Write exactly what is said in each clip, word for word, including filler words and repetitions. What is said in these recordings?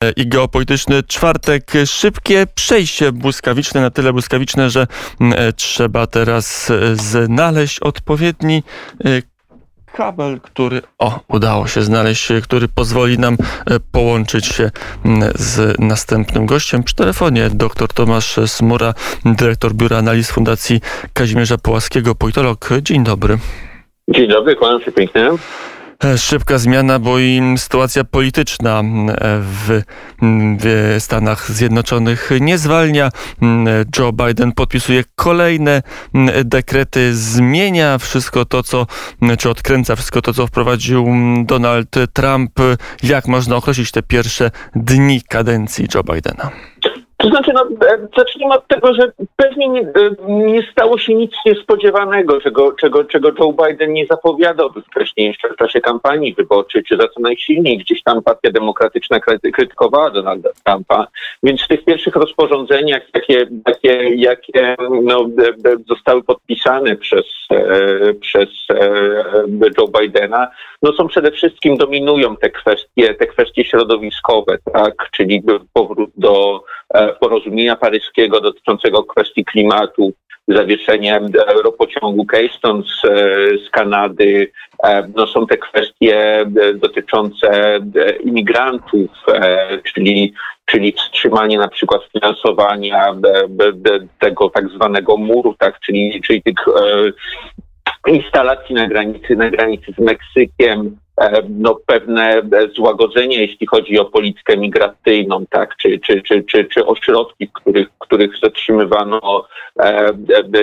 i geopolityczny czwartek. Szybkie przejście błyskawiczne, na tyle błyskawiczne, że trzeba teraz znaleźć odpowiedni kabel, który, o, udało się znaleźć, który pozwoli nam połączyć się z następnym gościem przy telefonie. Doktor Tomasz Smura, dyrektor Biura Analiz Fundacji Kazimierza Pułaskiego, politolog. Dzień dobry. Dzień dobry, kłaniam się pięknie. Szybka zmiana, bo i sytuacja polityczna w, w Stanach Zjednoczonych nie zwalnia. Joe Biden podpisuje kolejne dekrety, zmienia wszystko to, co, czy odkręca wszystko to, co wprowadził Donald Trump. Jak można określić te pierwsze dni kadencji Joe Bidena? To znaczy, no, zacznijmy od tego, że pewnie nie, nie stało się nic niespodziewanego, czego, czego, czego Joe Biden nie zapowiadał wcześniej jeszcze w czasie kampanii wyborczej, czy za co najsilniej gdzieś tam Partia Demokratyczna krytykowała Donalda Trumpa. Więc w tych pierwszych rozporządzeniach, jakie, jakie, jakie no, zostały podpisane przez, przez Joe Bidena, no są przede wszystkim, dominują te kwestie, te kwestie środowiskowe, tak, czyli powrót do porozumienia paryskiego dotyczącego kwestii klimatu, zawieszenie ropociągu Keystone z, z Kanady. No są te kwestie dotyczące imigrantów, czyli, czyli wstrzymanie na przykład finansowania tego tak zwanego muru, tak, czyli, czyli tych instalacji na granicy, na granicy z Meksykiem. No, pewne złagodzenie, jeśli chodzi o politykę migracyjną, tak, czy, czy, czy, czy, czy ośrodki, w których, w których zatrzymywano e, e,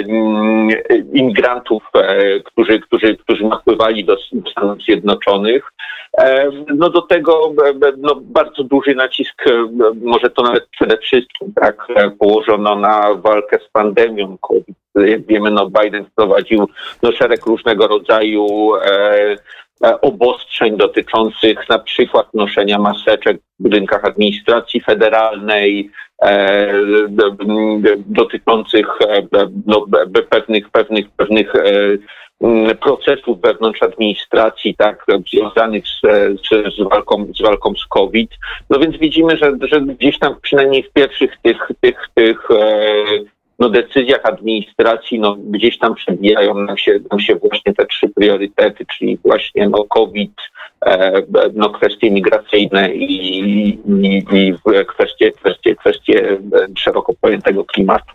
imigrantów, e, którzy, którzy, którzy napływali do, do Stanów Zjednoczonych. E, no do tego e, no, bardzo duży nacisk, e, może to nawet przede wszystkim tak położono na walkę z pandemią COVID. Jak wiemy, no Biden wprowadził no, szereg różnego rodzaju e, obostrzeń dotyczących na przykład noszenia maseczek w budynkach administracji federalnej, e, dotyczących e, no, pewnych, pewnych, pewnych e, procesów wewnątrz administracji, tak, związanych z, z, z, walką, z walką z COVID. No więc widzimy, że, że gdzieś tam przynajmniej w pierwszych tych, tych, tych e, no, decyzjach administracji, no, gdzieś tam przebijają nam się, nam się właśnie te trzy priorytety, czyli właśnie no, COVID, e, no, kwestie migracyjne i, i, i kwestie, kwestie, kwestie szeroko pojętego klimatu.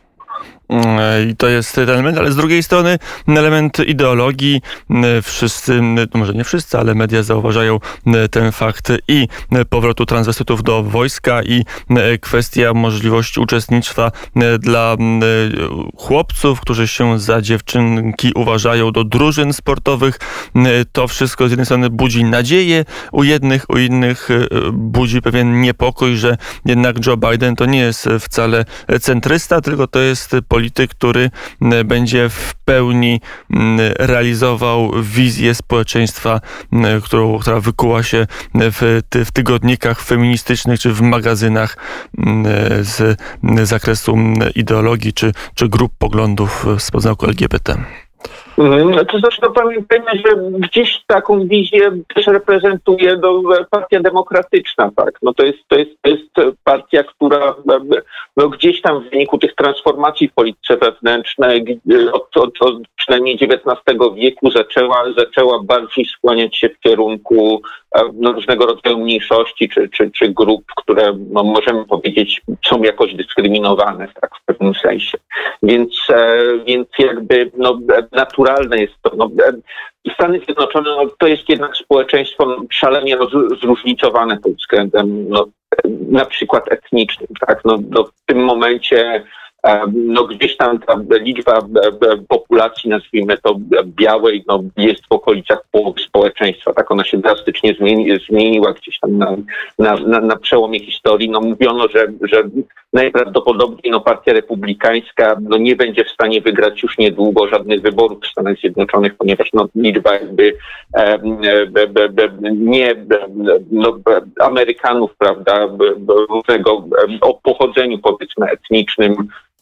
I to jest ten element, ale z drugiej strony element ideologii. Wszyscy, no może nie wszyscy, ale media zauważają ten fakt i powrotu transwestytów do wojska i kwestia możliwości uczestnictwa dla chłopców, którzy się za dziewczynki uważają, do drużyn sportowych. To wszystko z jednej strony budzi nadzieję u jednych, u innych budzi pewien niepokój, że jednak Joe Biden to nie jest wcale centrysta, tylko to jest polityk, który będzie w pełni realizował wizję społeczeństwa, którą, która wykuła się w, ty, w tygodnikach feministycznych czy w magazynach z zakresu ideologii czy, czy grup poglądów z podznaku L G B T. To znaczy, no pamiętajmy, że gdzieś taką wizję też reprezentuje no, Partia Demokratyczna, tak. No to jest, to jest, to jest partia, która no, gdzieś tam w wyniku tych transformacji w polityce wewnętrznej od, od, od przynajmniej dziewiętnastego wieku zaczęła, zaczęła bardziej skłaniać się w kierunku no, różnego rodzaju mniejszości czy, czy, czy grup, które no, możemy powiedzieć są jakoś dyskryminowane, tak, w pewnym sensie. Więc, więc jakby no, naturalne jest to. No, Stany Zjednoczone no, to jest jednak społeczeństwo no, szalenie roz, zróżnicowane pod względem no, na przykład etnicznym. Tak? No, no, w tym momencie no, gdzieś tam ta liczba populacji, nazwijmy to białej, no, jest w okolicach połowy społeczeństwa. Tak ona się drastycznie zmieni, zmieniła gdzieś tam na, na, na, na przełomie historii. No, mówiono, że, że najprawdopodobniej no, Partia Republikańska no, nie będzie w stanie wygrać już niedługo żadnych wyborów w Stanach Zjednoczonych, ponieważ no, liczba jakby e, be, be, be, nie no, Amerykanów, prawda, różnego o pochodzeniu powiedzmy etnicznym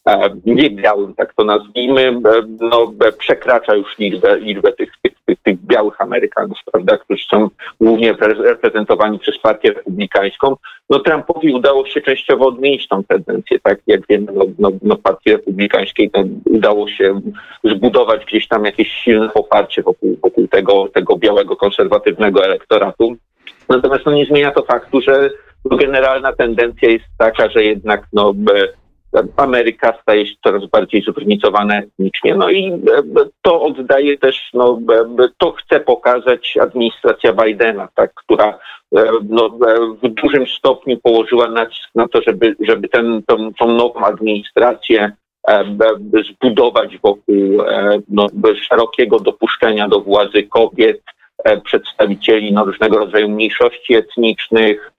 niebiałym, tak to nazwijmy, no, przekracza już liczbę, liczbę tych, tych, tych, tych białych Amerykanów, prawda, którzy są głównie reprezentowani przez Partię Republikańską. No Trumpowi udało się częściowo odmienić tą tendencję, tak jak wiemy, no, no, no Partii Republikańskiej no, udało się zbudować gdzieś tam jakieś silne poparcie wokół, wokół tego, tego białego, konserwatywnego elektoratu. Natomiast no, nie zmienia to faktu, że no, generalna tendencja jest taka, że jednak no, Ameryka staje się coraz bardziej zróżnicowana etnicznie, no i to oddaje też, no, to chce pokazać administracja Bidena, tak, która no, w dużym stopniu położyła nacisk na to, żeby, żeby ten, tą, tą nową administrację zbudować wokół no, szerokiego dopuszczenia do władzy kobiet, przedstawicieli no, różnego rodzaju mniejszości etnicznych.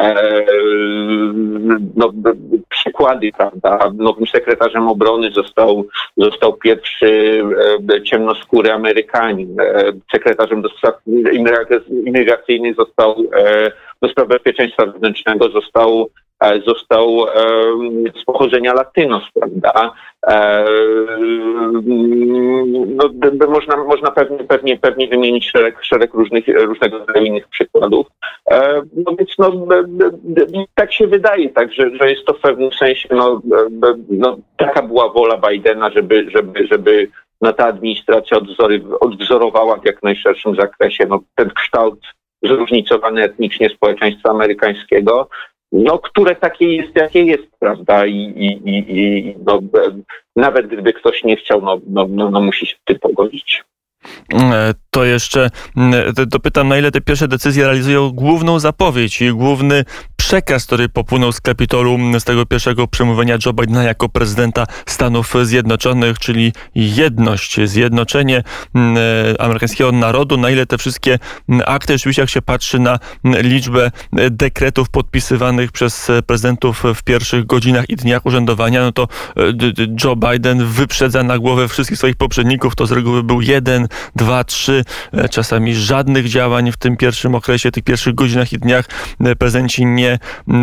No, przykłady, prawda? Nowym sekretarzem obrony został, został pierwszy ciemnoskóry Amerykanin. Sekretarzem do spraw imigracyjnych został, do spraw bezpieczeństwa wewnętrznego został został z pochodzenia Latynos, prawda? No, można, można pewnie, pewnie, pewnie wymienić szereg, szereg różnych, różnego rodzaju innych przykładów. No więc no, tak się wydaje, tak, że, że jest to w pewnym sensie no, no, taka była wola Bidena, żeby, żeby, żeby no, ta administracja odwzory, odwzorowała w jak najszerszym zakresie no, ten kształt zróżnicowany etnicznie społeczeństwa amerykańskiego, no, które takie jest, jakie jest, prawda, i, i, i, i no, nawet gdyby ktoś nie chciał, no, no, no, no musi się z tym pogodzić. To jeszcze dopytam, na ile te pierwsze decyzje realizują główną zapowiedź i główny przekaz, który popłynął z Kapitolu z tego pierwszego przemówienia Joe Bidena jako prezydenta Stanów Zjednoczonych, czyli jedność, zjednoczenie amerykańskiego narodu. Na ile te wszystkie akty, rzeczywiście jak się patrzy na liczbę dekretów podpisywanych przez prezydentów w pierwszych godzinach i dniach urzędowania, no to Joe Biden wyprzedza na głowę wszystkich swoich poprzedników. To z reguły był jeden, dwa, trzy, czasami żadnych działań w tym pierwszym okresie, tych pierwszych godzinach i dniach prezydenci nie,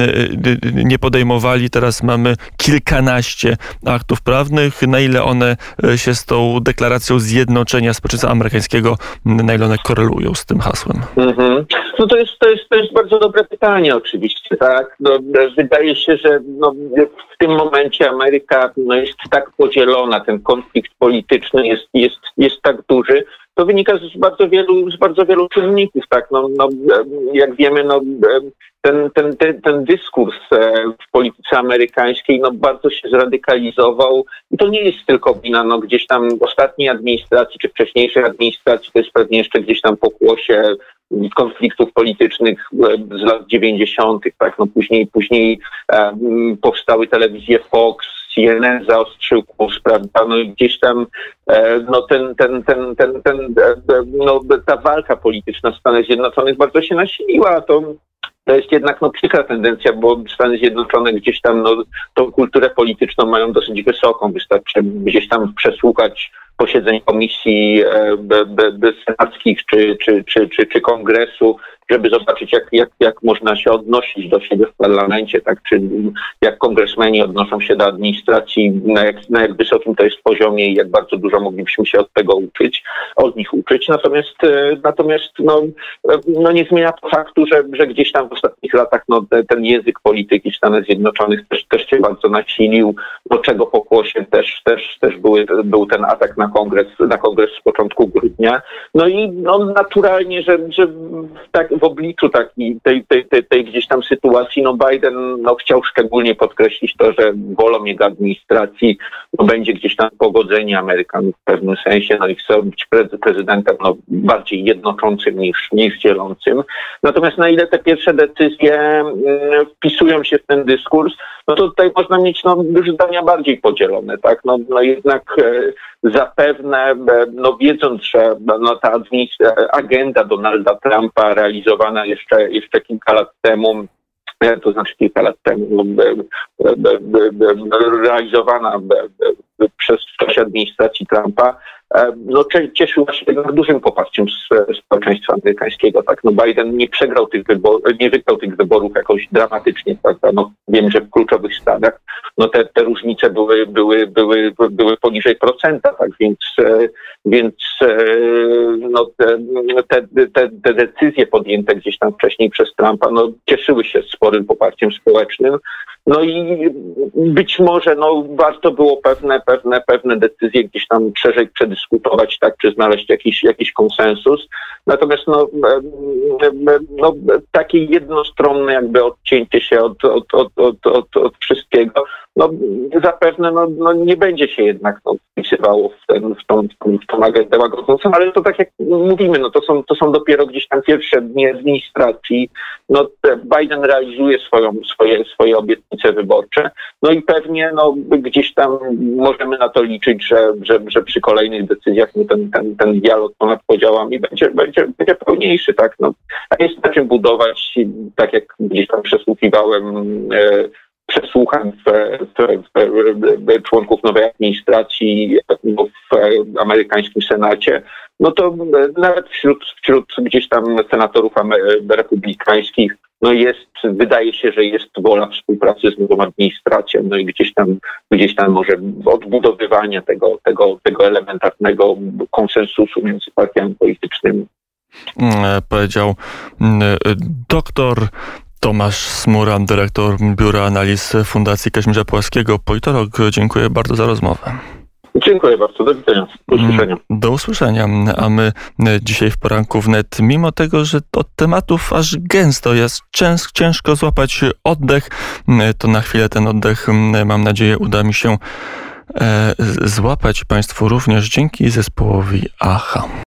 nie podejmowali. Teraz mamy kilkanaście aktów prawnych. Na ile one się z tą deklaracją zjednoczenia społeczeństwa amerykańskiego, na ile one korelują z tym hasłem? Mm-hmm. No to jest, to jest, to jest bardzo dobre pytanie oczywiście, tak? No, wydaje się, że no, w tym momencie Ameryka no, jest tak podzielona, ten konflikt polityczny jest, jest, jest tak duży. To wynika z bardzo wielu, z bardzo wielu czynników, tak? No, no, jak wiemy, no, ten, ten, ten, ten dyskurs w polityce amerykańskiej no, bardzo się zradykalizował i to nie jest tylko wina no, gdzieś tam ostatniej administracji czy wcześniejszej administracji, to jest pewnie jeszcze gdzieś tam pokłosie konfliktów politycznych z lat dziewięćdziesiątych, tak? No, później, później um, powstały telewizje Fox, C N N zaostrzył kurs, prawda, no i gdzieś tam no ten, ten, ten, ten, ten, no ta walka polityczna w Stanach Zjednoczonych bardzo się nasiliła, to To jest jednak no, przykra tendencja, bo Stany Zjednoczone gdzieś tam no, tą kulturę polityczną mają dosyć wysoką. Wystarczy gdzieś tam przesłuchać posiedzeń komisji e, be, be, be senackich czy, czy, czy, czy, czy kongresu, żeby zobaczyć, jak, jak, jak można się odnosić do siebie w parlamencie, tak, czy jak kongresmeni odnoszą się do administracji, na jak, na jak wysokim to jest poziomie i jak bardzo dużo moglibyśmy się od tego uczyć, od nich uczyć. Natomiast, natomiast no, no nie zmienia to faktu, że, że gdzieś tam w ostatnich latach no, ten język polityki w Stanach Zjednoczonych też, też się bardzo nasilił, do czego pokłosiem też, też, też były, był ten atak na kongres, na kongres z początku grudnia. No i no, naturalnie, że, że tak w obliczu takiej tej, tej, tej, tej gdzieś tam sytuacji, no Biden no, chciał szczególnie podkreślić to, że wolą jego administracji no, będzie gdzieś tam pogodzenie Amerykanów w pewnym sensie, no i chce być prezydentem no, bardziej jednoczącym niż, niż dzielącym. Natomiast na ile te pierwsze decyzje mm, wpisują się w ten dyskurs, no to tutaj można mieć no, zdania bardziej podzielone, tak? No, no jednak e, zapewne, no wiedząc, że no, ta agenda Donalda Trumpa realizowana jeszcze, jeszcze kilka lat temu, to znaczy kilka lat temu, realizowana przez w czasie administracji Trumpa, no, cieszyła się tego dużym poparciem społeczeństwa amerykańskiego. Tak? No, Biden nie przegrał tych wyborów, nie wygrał tych wyborów jakoś dramatycznie. Prawda? No, wiem, że w kluczowych stanach no, te, te różnice były, były, były, były poniżej procenta, tak? Więc, więc no, te, te, te, te decyzje podjęte gdzieś tam wcześniej przez Trumpa no, cieszyły się sporym poparciem społecznym. No i być może no, warto było pewne, pewne, pewne decyzje gdzieś tam szerzej przedyskutować, tak, czy znaleźć jakiś, jakiś konsensus. Natomiast no, no, takie jednostronne jakby odcięcie się od, od, od, od, od, od wszystkiego, no zapewne no, no, nie będzie się jednak no, wpisywało w, ten, w, tą, w tą agendę łagodzącą, ale to tak jak mówimy, no, to, są, to są dopiero gdzieś tam pierwsze dni administracji. No, Biden realizuje swoją, swoje, swoje obietnice wyborcze, no i pewnie no, gdzieś tam możemy na to liczyć, że, że, że przy kolejnych decyzjach no, ten, ten, ten dialog ponad podziałami będzie, będzie, będzie pełniejszy, tak? No, a jest na czym budować, tak jak gdzieś tam przesłuchiwałem e, przesłuchań w, w, w, w członków nowej administracji w amerykańskim Senacie, no to nawet wśród, wśród gdzieś tam senatorów republikańskich no jest, wydaje się, że jest wola współpracy z nową administracją, no i gdzieś tam, gdzieś tam może odbudowywania tego, tego, tego elementarnego konsensusu między partiami politycznymi. Powiedział doktor Tomasz Smura, dyrektor Biura Analiz Fundacji Kazimierza Pułaskiego, politolog. Dziękuję bardzo za rozmowę. Dziękuję bardzo. Do widzenia. Do usłyszenia. Do usłyszenia. A my dzisiaj w Poranku Wnet, mimo tego, że od tematów aż gęsto jest ciężko złapać oddech, to na chwilę ten oddech, mam nadzieję, uda mi się złapać Państwu również dzięki zespołowi A H A.